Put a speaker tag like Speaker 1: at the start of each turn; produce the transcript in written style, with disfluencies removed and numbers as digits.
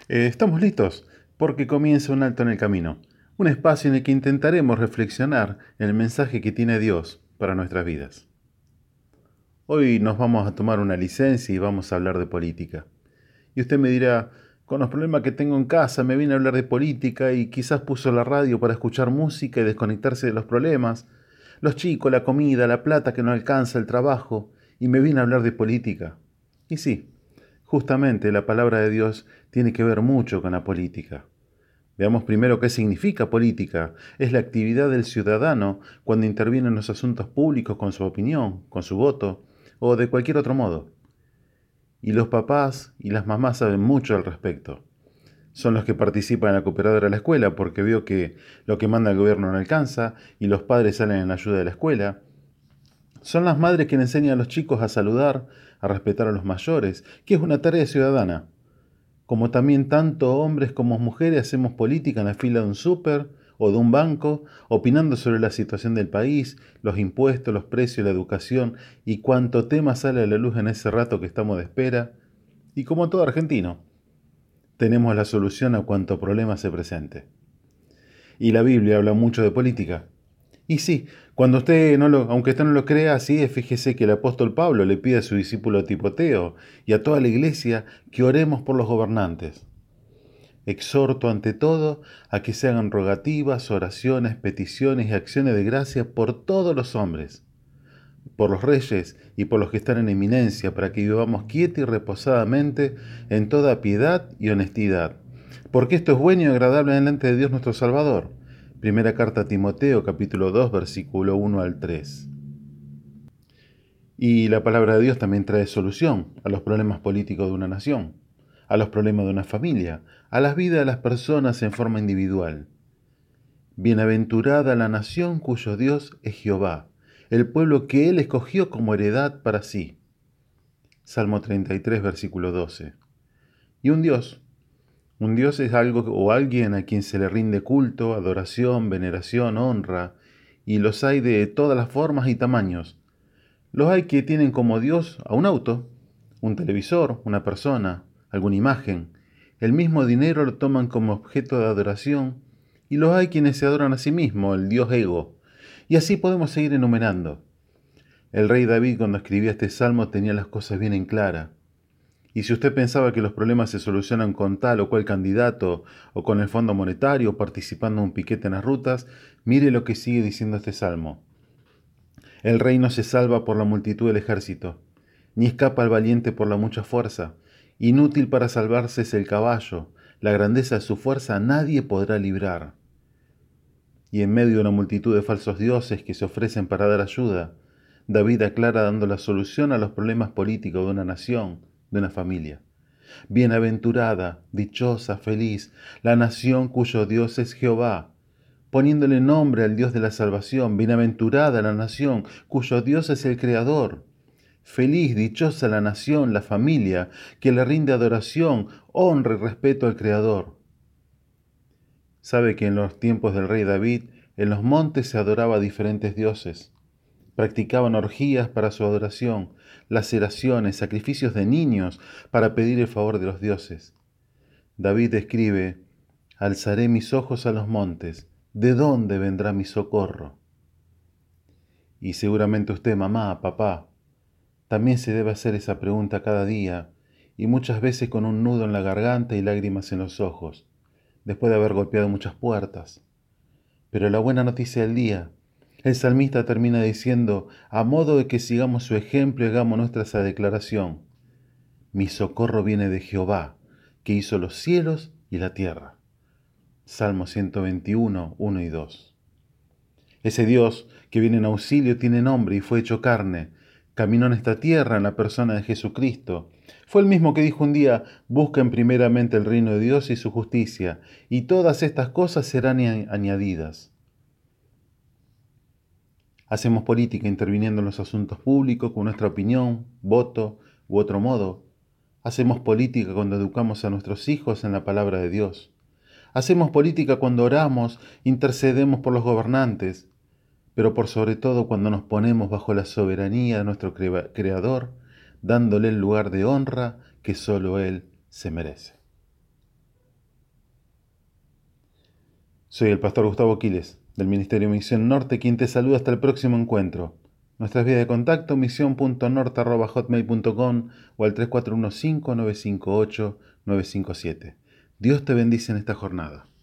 Speaker 1: Estamos listos porque comienza un alto en el camino, un espacio en el que intentaremos reflexionar en el mensaje que tiene Dios para nuestras vidas. Hoy nos vamos a tomar una licencia y vamos a hablar de política. Y usted me dirá, con los problemas que tengo en casa me vine a hablar de política y quizás puso la radio para escuchar música y desconectarse de los problemas, los chicos, la comida, la plata que no alcanza, el trabajo, y me vine a hablar de política. Y sí, justamente la palabra de Dios tiene que ver mucho con la política. Veamos primero qué significa política. Es la actividad del ciudadano cuando interviene en los asuntos públicos con su opinión, con su voto o de cualquier otro modo. Y los papás y las mamás saben mucho al respecto. Son los que participan en la cooperadora de la escuela porque veo que lo que manda el gobierno no alcanza y los padres salen en ayuda de la escuela. Son las madres quienes enseñan a los chicos a saludar, a respetar a los mayores, que es una tarea ciudadana. Como también tanto hombres como mujeres hacemos política en la fila de un súper o de un banco, opinando sobre la situación del país, los impuestos, los precios, la educación y cuánto tema sale a la luz en ese rato que estamos de espera. Y como todo argentino, tenemos la solución a cuanto problema se presente. Y la Biblia habla mucho de política. Y sí, aunque usted no lo crea, así es, fíjese que el apóstol Pablo le pide a su discípulo Timoteo y a toda la iglesia que oremos por los gobernantes. Exhorto ante todo a que se hagan rogativas, oraciones, peticiones y acciones de gracia por todos los hombres, por los reyes y por los que están en eminencia, para que vivamos quieta y reposadamente en toda piedad y honestidad. Porque esto es bueno y agradable delante de Dios nuestro Salvador. Primera carta a Timoteo, capítulo 2, versículo 1 al 3. Y la palabra de Dios también trae solución a los problemas políticos de una nación, a los problemas de una familia, a las vidas de las personas en forma individual. Bienaventurada la nación cuyo Dios es Jehová, el pueblo que Él escogió como heredad para sí. Salmo 33, versículo 12. Y un Dios es algo o alguien a quien se le rinde culto, adoración, veneración, honra, y los hay de todas las formas y tamaños. Los hay que tienen como Dios a un auto, un televisor, una persona, alguna imagen. El mismo dinero lo toman como objeto de adoración y los hay quienes se adoran a sí mismo, el Dios ego. Y así podemos seguir enumerando. El rey David cuando escribía este salmo tenía las cosas bien en clara. Y si usted pensaba que los problemas se solucionan con tal o cual candidato o con el Fondo Monetario o participando en un piquete en las rutas, mire lo que sigue diciendo este salmo. El rey no se salva por la multitud del ejército, ni escapa el valiente por la mucha fuerza. Inútil para salvarse es el caballo, la grandeza de su fuerza nadie podrá librar. Y en medio de una multitud de falsos dioses que se ofrecen para dar ayuda, David aclara dando la solución a los problemas políticos de una nación, de una familia. Bienaventurada, dichosa, feliz, la nación cuyo Dios es Jehová, poniéndole nombre al Dios de la salvación. Bienaventurada la nación cuyo Dios es el Creador. Feliz, dichosa la nación, la familia, que le rinde adoración, honra y respeto al Creador. Sabe que en los tiempos del rey David, en los montes se adoraba a diferentes dioses. Practicaban orgías para su adoración, laceraciones, sacrificios de niños para pedir el favor de los dioses. David escribe, alzaré mis ojos a los montes, ¿de dónde vendrá mi socorro? Y seguramente usted, mamá, papá, también se debe hacer esa pregunta cada día, y muchas veces con un nudo en la garganta y lágrimas en los ojos, después de haber golpeado muchas puertas. Pero la buena noticia del día, el salmista termina diciendo, a modo de que sigamos su ejemplo y hagamos nuestra esa declaración, mi socorro viene de Jehová, que hizo los cielos y la tierra. Salmo 121, 1 y 2. Ese Dios que viene en auxilio tiene nombre y fue hecho carne. Caminó en esta tierra en la persona de Jesucristo. Fue el mismo que dijo un día, busquen primeramente el reino de Dios y su justicia, y todas estas cosas serán añadidas. Hacemos política interviniendo en los asuntos públicos con nuestra opinión, voto u otro modo. Hacemos política cuando educamos a nuestros hijos en la palabra de Dios. Hacemos política cuando oramos, intercedemos por los gobernantes, pero por sobre todo cuando nos ponemos bajo la soberanía de nuestro Creador, dándole el lugar de honra que solo Él se merece. Soy el pastor Gustavo Quiles, del Ministerio Misión Norte, quien te saluda hasta el próximo encuentro. Nuestras vías de contacto, misión.norte@hotmail.com o al 3415-958-957. Dios te bendice en esta jornada.